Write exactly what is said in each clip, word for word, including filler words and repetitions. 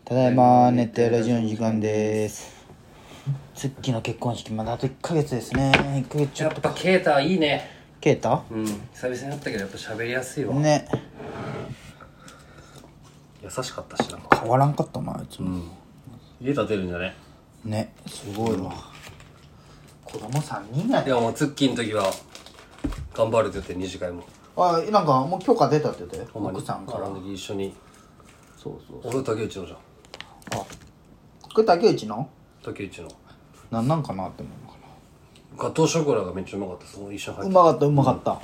ただいま熱帯ラジオの時間です。ツッキーの結婚式まだあといっかげつですね。いっかげつちょっと。 やっぱケータいいね。 ケータうん、久々に会ったけどやっぱ喋りやすいわね。 優しかったしな。 変わらんかったなあいつも、うん、 家建てるんじゃねね。すごいわ、うん、子供さんにんやで。 いやもうツッキーの時は頑張るって言って二次会もあ、なんかもう許可出たって言って、奥さんから。 あの時一緒に。そうそうそう。俺竹内のじゃん。 あ、これ竹内の竹内のなんなんかなって思うのかな。ガトーショコラがめっちゃうまかった。その一緒入ってうまかったうまかった、うん、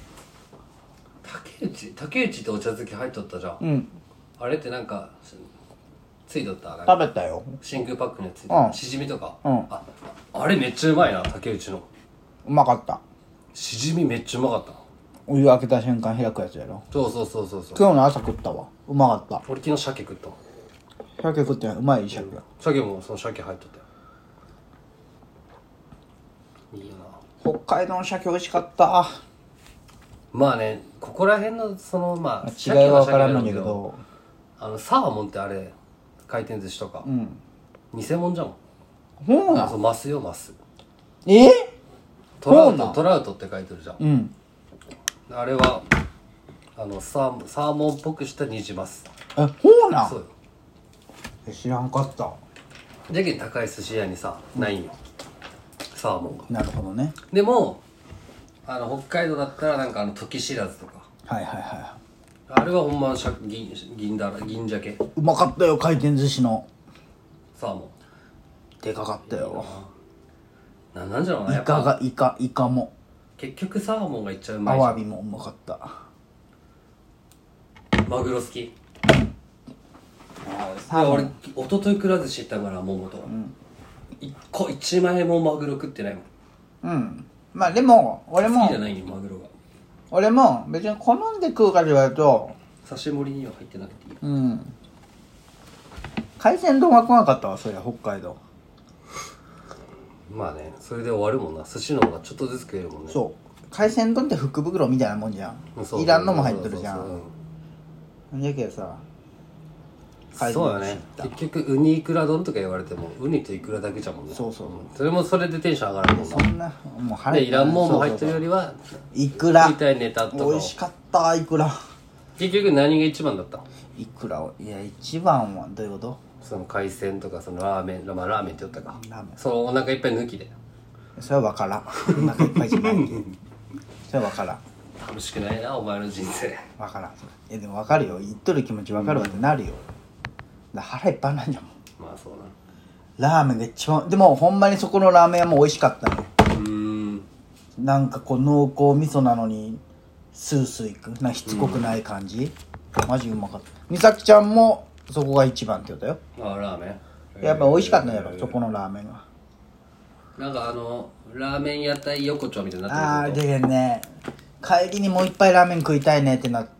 竹内竹内ってお茶漬け入っとったじゃん。うん。あれってなんかついとった。 食べたよ。 真空パックについてた、うん、しじみとか、うん、ああれめっちゃうまいな。竹内のうまかった。 しじみめっちゃうまかった。 お湯開けた瞬間開くやつやろ。 そうそうそうそうそう。 今日の朝食ったわ。うまかった。 俺昨日鮭食った。 鮭食ってうまい鮭が。 鮭もその鮭入っとったよ。いいよな。北海道の鮭美味しかった。 まあね、ここら辺のそのまあ違いは分からんのだけど、 あのサーモンってあれ回転寿司とか、うん、偽物じゃん。 ほうな。 そうマスよマス。 え？ トラウトトラウトって書いてるじゃん。 うん。 あれはあのサーサーモンっぽくしたニジマス。 え、ほうなん。そうよ。え、知らんかった。 じゃけん高い寿司屋にさ、うん、ないんよサーモンが。 なるほどね。 でもあの北海道だったらなんかあの時知らずとか。 はいはいはい。 あれはほんま銀銀だら銀鮭。 うまかったよ回転寿司のサーモン。 でかかったよ。 ななんじゃろうな。 イカがイカイカも。 結局サーモンがいっちゃうまいじゃん。アワビもうまかった。 マグロ好き。あ俺一昨日くら寿司行ったから桃と、うん、いっこいちまいもマグロ食ってないもん。 うん。まあでも俺も好きじゃないよマグロが。 俺も別に好んで食うかで言われると刺し盛りには入ってなくていい。 うん。海鮮丼は来なかったわそりゃ北海道。 まあね、それで終わるもんな。寿司の方がちょっとずつ食えるもんね。 そう。海鮮丼って福袋みたいなもんじゃん。いらんのも入ってるじゃん。じゃけどさ、 そうだね。結局ウニイクラ丼とか言われてもウニとイクラだけじゃもんね。 そうそう。 それもそれでテンション上がるもんな。 そんなもう腹でいらんもんも入ってるよりはイクラみたいネタとか。 美味しかったイクラ。 結局何が一番だった？ イクラをいや一番はどういうこと？ その海鮮とかそのラーメン、まあラーメンって言ったか。ラーメン。そうお腹いっぱい抜きで。 それは分からん。お腹いっぱいじゃない。それは分からん。 楽しくないなお前の人生。 分からん。えでも分かるよ。言っとる気持ち分かるわってなるよ。だ腹いっぱいなんじゃん。 まあそうな。 ラーメンが一番でもほんまにそこのラーメンはもう美味しかったね。 うーん。 なんかこう濃厚味噌なのにスースーいくなんかしつこくない感じ。マジうまかった。美咲ちゃんもそこが一番って言ったよ。 ああラーメン。 やっぱ美味しかったんやろ、えー、そこのラーメンは。 なんかあのラーメン屋台横丁みたいになってる。 ああでね帰りにもう一杯ラーメン食いたいねってなって、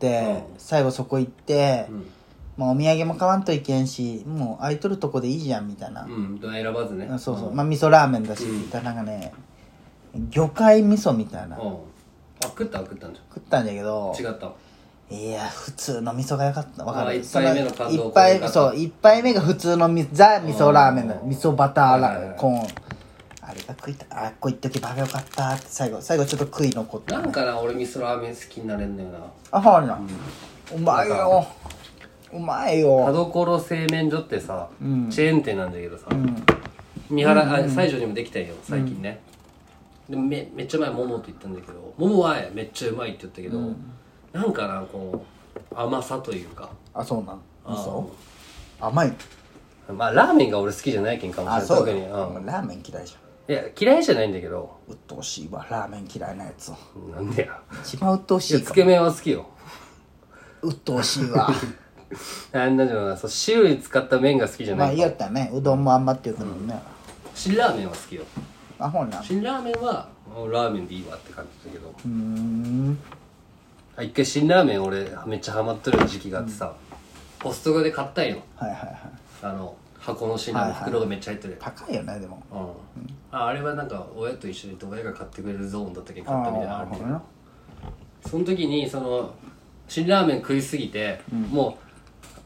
うん、最後そこ行って、うん、まあお土産も買わんといけんしもう空いとるとこでいいじゃんみたいな。 うん選ばずね。 そうそう、うん、まあ味噌ラーメンだし、うん、なんかね魚介味噌みたいな、うん、 あ食った食ったんじゃん。 食ったんだけど違った。 いや普通の味噌が良かった。分かる。 一杯目の感動。 一杯そう一杯目が普通のザ味噌ラーメンだ。味噌バターラーコーンあれが食いたあっこ行っとけばよかったって最後最後ちょっと悔い残った、 ね、なんかな俺味噌ラーメン好きになれんだよな。 あはいな、うん、うまいようまいよ。 田所製麺所ってさ、うん、チェーン店なんだけどさ、うん、三原、うんうんうん、西条にもできたよ最近ね、うん、でも め, めっちゃ前桃と言ったんだけど桃はめっちゃうまいって言ったけど、うん、なんかなこう甘さというか。 あそうなん味噌甘い。 まあラーメンが俺好きじゃないけんかもしれない。 あそう特に、うん、ラーメン嫌いじゃん。 いや嫌いじゃないんだけど鬱陶しいわラーメン嫌いなやつ。 なんでや一番鬱陶しいかも。 つけ麺は好きよ。 鬱陶しいわなんだろうなそう汁に使った麺が好きじゃない。 まあ言ったねうどんもあんまっていうかもね、うん、 辛ラーメンは好きよ。 あほんなん辛ラーメンはラーメンでいいわって感じだけど。 うーん一回辛ラーメン俺めっちゃハマってる時期があってさ、うん、ポストコで買ったんよ。 はいはいはい。あの箱の辛ラーメン袋がめっちゃ入ってる、 はいはい、高いよねでも、 うんうん、あ, あれはなんか親と一緒にいて親が買ってくれるゾーンだったけど買ったみたいなのあるけどその時にその辛ラーメン食いすぎて、うん、もう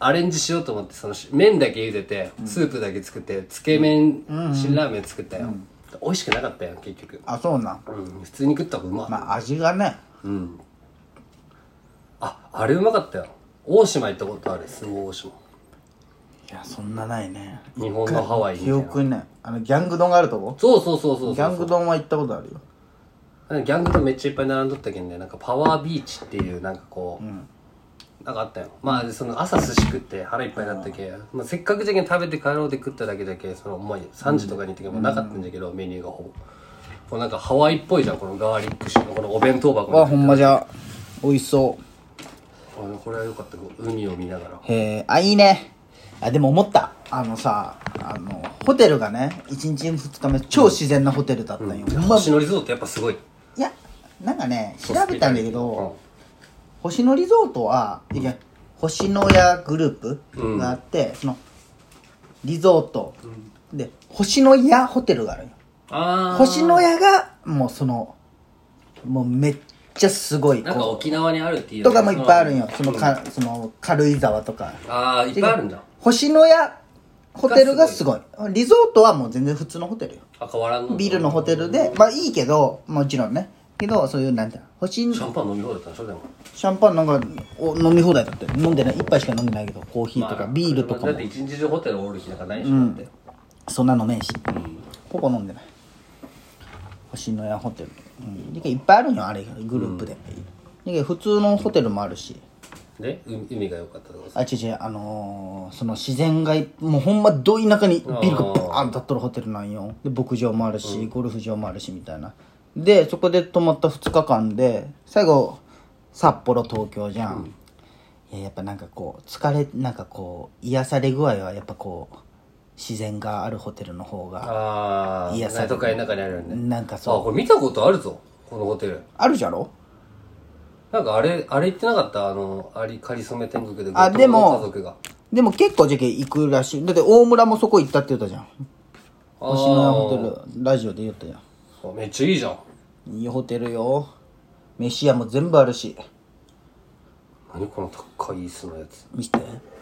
アレンジしようと思ってその麺だけ茹でてスープだけ作ってつけ麺辛ラーメン作ったよ、うん、美味しくなかったよ結局。 あ、そうなん、 うん、普通に食った方がうまい。 まあ味がね、 うん、あ、あれうまかったよ。大島行ったことある？相撲大島。 いや、そんなないね。 日本のハワイみたいな。 記憶にない。あのギャング丼があるとこ。 そうそうそうそうそう。 ギャング丼は行ったことあるよ。 ギャング丼めっちゃいっぱい並んどったけんね。なんかパワービーチっていうなんかこう、うん、なんかあったよ。まあその朝寿司食って腹いっぱいになったけ、うん、まあ、せっかくじゃけん食べて帰ろうで食っただけだけ、そのもうさんじとかに行ったけど、うん、なかったんだけど、メニューがほぼこうなんかハワイっぽいじゃん、このガーリックシュのこのお弁当箱。 わ、ほんまじゃ美味しそう。 あ、これは良かった。海を見ながら。 へえ、あ、いいね。あ、でも思った。あのさ、あのホテルがね、いちにちふつかめ超自然なホテルだったんよ。 うん、星野リゾートやっぱすごい。 いや、なんかね、調べたんだけど、うん、星野リゾートは、いや、星野屋グループがあって、うん、そのリゾート、うん、で星野屋ホテルがあるよ。あ、星野屋がもうそのもうめっちゃすごい、 なんか沖縄にあるっていう、 とかもいっぱいあるんよ。そのか、うん、その軽井沢とか。 ああ、いっぱいあるんだ。 星野屋ホテルがすごい。リゾートはもう全然普通のホテルよ。 あ、変わらんの。 ビルのホテルで、まあいいけど、もちろんね。けど、そういう、なんていうの、星。シャンパン飲み放題だったんでしょ、でも。 シャンパンなんか、お飲み放題だって。飲んでない。一杯しか飲んでないけど、コーヒーとか、まあ、ビールとかも。 だって一日中ホテルおる日なんかないし、うん、だって。 そんな飲めんし。うん、ここ飲んでない。星野屋ホテル。うん。いっぱいあるんよ、あれ、グループで。うん、普通のホテルもあるし。 で、海が良かったってことですか？あ、違う違う、あのー、その自然がもうほんまど田舎にビルがバーンと立っとるホテルなんよ。で牧場もあるし、うん、ゴルフ場もあるしみたいな。でそこで泊まったふつかかんで最後札幌東京じゃん、うん、いや、やっぱなんかこう疲れなんかこう癒され具合はやっぱこう自然があるホテルの方が癒される。都会の中にあるよね。 なんかそう、 あ、これ見たことあるぞ、このホテル。 あるじゃろ。 なんかあれ、あれ言ってなかった？あの、あり、かりそめ天国であ、でも、 家族が。 でも結構じゃけ行くらしい。だって大村もそこ行ったって言ったじゃん。星野屋ホテル、ラジオで言ったじゃん。めっちゃいいじゃん。いいホテルよ。飯屋も全部あるし。 何この高い椅子のやつ。 見して。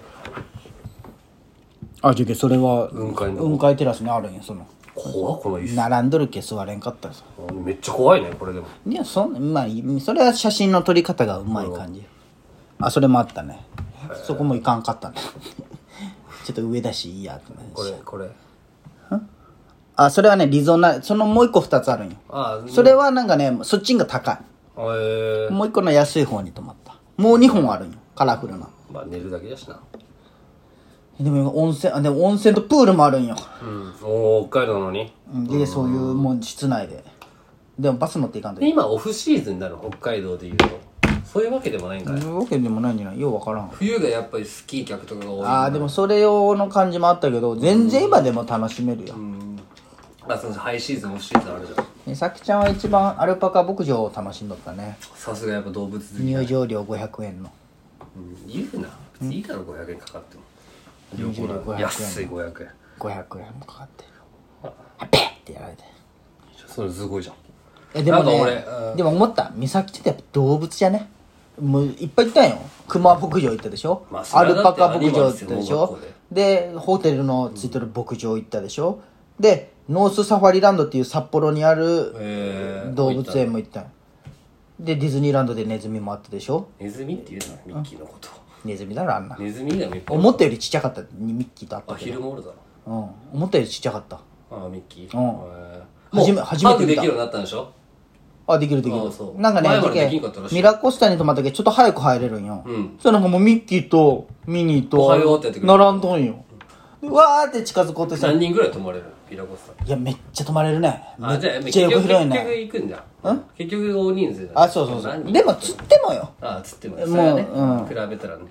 あ、じゃけそれは、 雲海の。 雲海テラスにあるんや、その。 怖っ、この椅子。 並んどるけ座れんかったらさ。 めっちゃ怖いね、これでも。 いや、そんな、まあ、それは写真の撮り方がうまい感じ。あ、それもあったね。そこもいかんかったね。ちょっと上だしいいやってなるし。 これ、これ。 あ、それはね、リゾナ、そのもう一個二つあるんよ。ああ、それはなんかね、そっちが高い。へー。もう一個の安い方に泊まった。もう二本あるんよ。カラフルな。 まあ寝るだけだしな。 でも温泉、あ、でも温泉とプールもあるんよ。 うん。おー、北海道なのに。 うん。で、そういう、もう室内で。でもバス乗っていかんと。 今オフシーズンなの、北海道でいうと。そういうわけでもないんかい。 そういうわけでもないんじゃない？ようわからん。 冬がやっぱりスキー客とかが多い。 ああ、でもそれ用の感じもあったけど、全然今でも楽しめるよ。うん。 まあそのハイシーズン、オフシーズンあるじゃん。 美咲ちゃんは一番アルパカ牧場を楽しんどったね。 さすがやっぱ動物好き。 入場料ごひゃくえんの。 うん、言うな。別にいいだろ、ごひゃくえんかかっても。入場料ごひゃくえん。安いごひゃくえん。 ごひゃくえんもかかって。あ、ペッってやられて。 それすごいじゃん。 え、でもね、でも思った。美咲ちゃんってやっぱ動物じゃね。もういっぱい行ったんよ。熊牧場行ったでしょ、まあ、アルパカ牧場行ったでしょ で, でホテルのついてる牧場行ったでしょ、うん、でノースサファリランドっていう札幌にある動物園も行ったんよ。でディズニーランドでネズミもあったでしょ。 ネズミって言うのミッキーのこと。 ネズミだろあんな。 ネズミがミッキー。 思ったよりちっちゃかったミッキーとあったけど。あ、昼もおるだろ。 うん。思ったよりちっちゃかった。 あ、ミッキー。 うん。初め初めて見た。 ハグできるようになったんでしょ。 あ、できるできる。なんかね、ミラコスタに泊まったけどちょっと早く入れるんよ。うん。そしたらなんかもうミッキーとミニーと並んどんよ。うわーって近づこうとしたら。 何人ぐらい泊まれるミラコスタ？ いや、めっちゃ泊まれるね。 あ、じゃあ、 めっちゃ横広いね。 結局行くんじゃん。ん結局大人数だ。 あ、そうそうそう。でも釣ってもよ。 あ、釣ってもよ。もう、うん。比べたらね。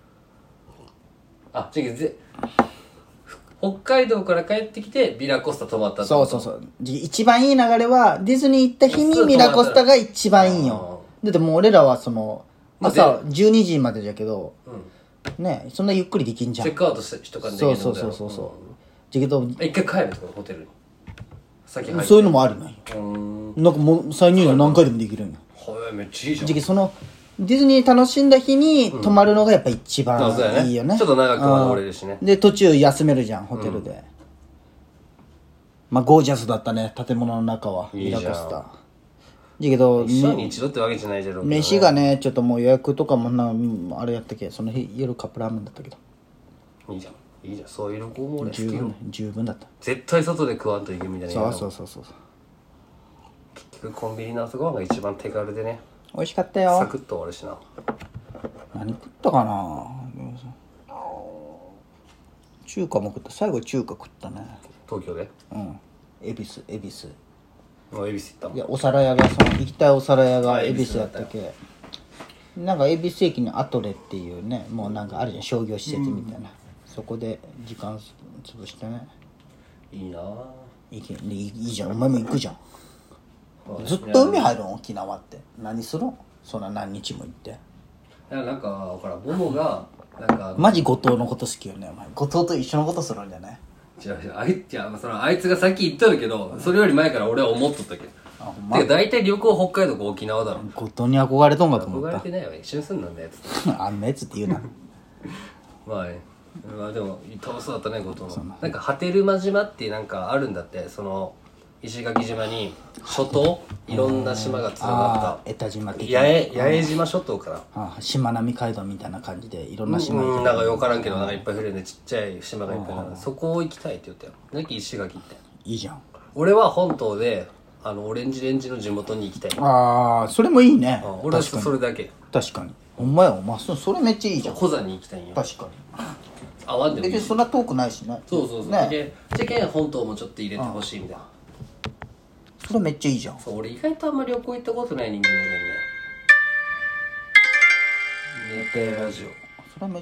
あ、違う、ぜ。北海道から帰ってきてミラコスタ泊まったってそうそうそう。一番いい流れはディズニー行った日にミラコスタが一番いいよ。だってもう俺らはその朝じゅうにじまでじゃけど、うん、ねそんなゆっくりできんじゃん。 チェックアウトしとかんできんの。 そうそうそうそう。じゃけど一回帰るとかホテルに先入ってそういうのもあるのよ。なんかもう再入場何回でもできるんよ。 はい、めっちゃいいじゃん。 じゃけそのディズニー楽しんだ日に泊まるのがやっぱ一番そうだよねいいよね、 ちょっと長くは折れるしね。 で途中休めるじゃんホテルで、まあゴージャスだったね建物の中はいいじゃんミラコスタだけど一生に一度ってわけじゃないじゃろうけどね。 飯がねちょっともう予約とかもなうんあれやったけその日夜カップラーメンだったけどいいじゃんいいじゃん、そういう旅行も俺好きよ十分。十分だった絶対外で食わんといけんみたいな。 そうそうそうそう結局コンビニの朝ごはんが一番手軽でね、 美味しかったサよクッと終わるしな。 何食ったかな中華も食った最後中華食ったね東京でうん恵比寿恵比寿もう恵比寿行ったもん。 いやお皿屋がその行きたいお皿屋があ恵比寿やったけなんか恵比寿駅にアトレっていうねもうなんかあるじゃん商業施設みたいな、そこで時間潰してねいいなぁ。 いけいいいいじゃんお前も行くじゃんずっと海入るん沖縄って何するんそんな何日も行ってだからなんかほらボモがなんかマジ後藤のこと好きよねお前後藤と一緒のことするんじゃない違う違うあいいやまあそのあいつがさっき言ったんだけど、それより前から俺は思っとったけど。 あほんまてか大体旅行北海道か沖縄だろ。 後藤に憧れとんかと思った憧れてないわ一緒にすんなんだやつと。 あんなやつって言うなまあね、まあでも楽しそうだったね後藤の。なんか波照間島ってなんかあるんだって、その石垣島に諸島いろんな島がつながあっ江田島た的な八重八重島諸島かな。 あしまなみ海道みたいな感じでいろんな島うん、 行けるなんかよからんけどなんかいっぱい降るんでちっちゃい島がいっぱいある、そこを行きたいって言ったよ。さっき石垣行ったよ。 いいじゃん俺は本島であのオレンジレンジの地元に行きたい。 ああそれもいいねうん俺は確かにそれだけ。 確かにほんまやお前そそれめっちゃいいじゃん小座に行きたいんよ。 確かあわんでもいいし。 に別にそんな遠くないしねそうそうそう。 ねで世間本島もちょっと入れてほしいみたいな。 それめっちゃいいじゃんそう俺意外とあんまり旅行行ったことない人間なんだよね。寝てラジオ。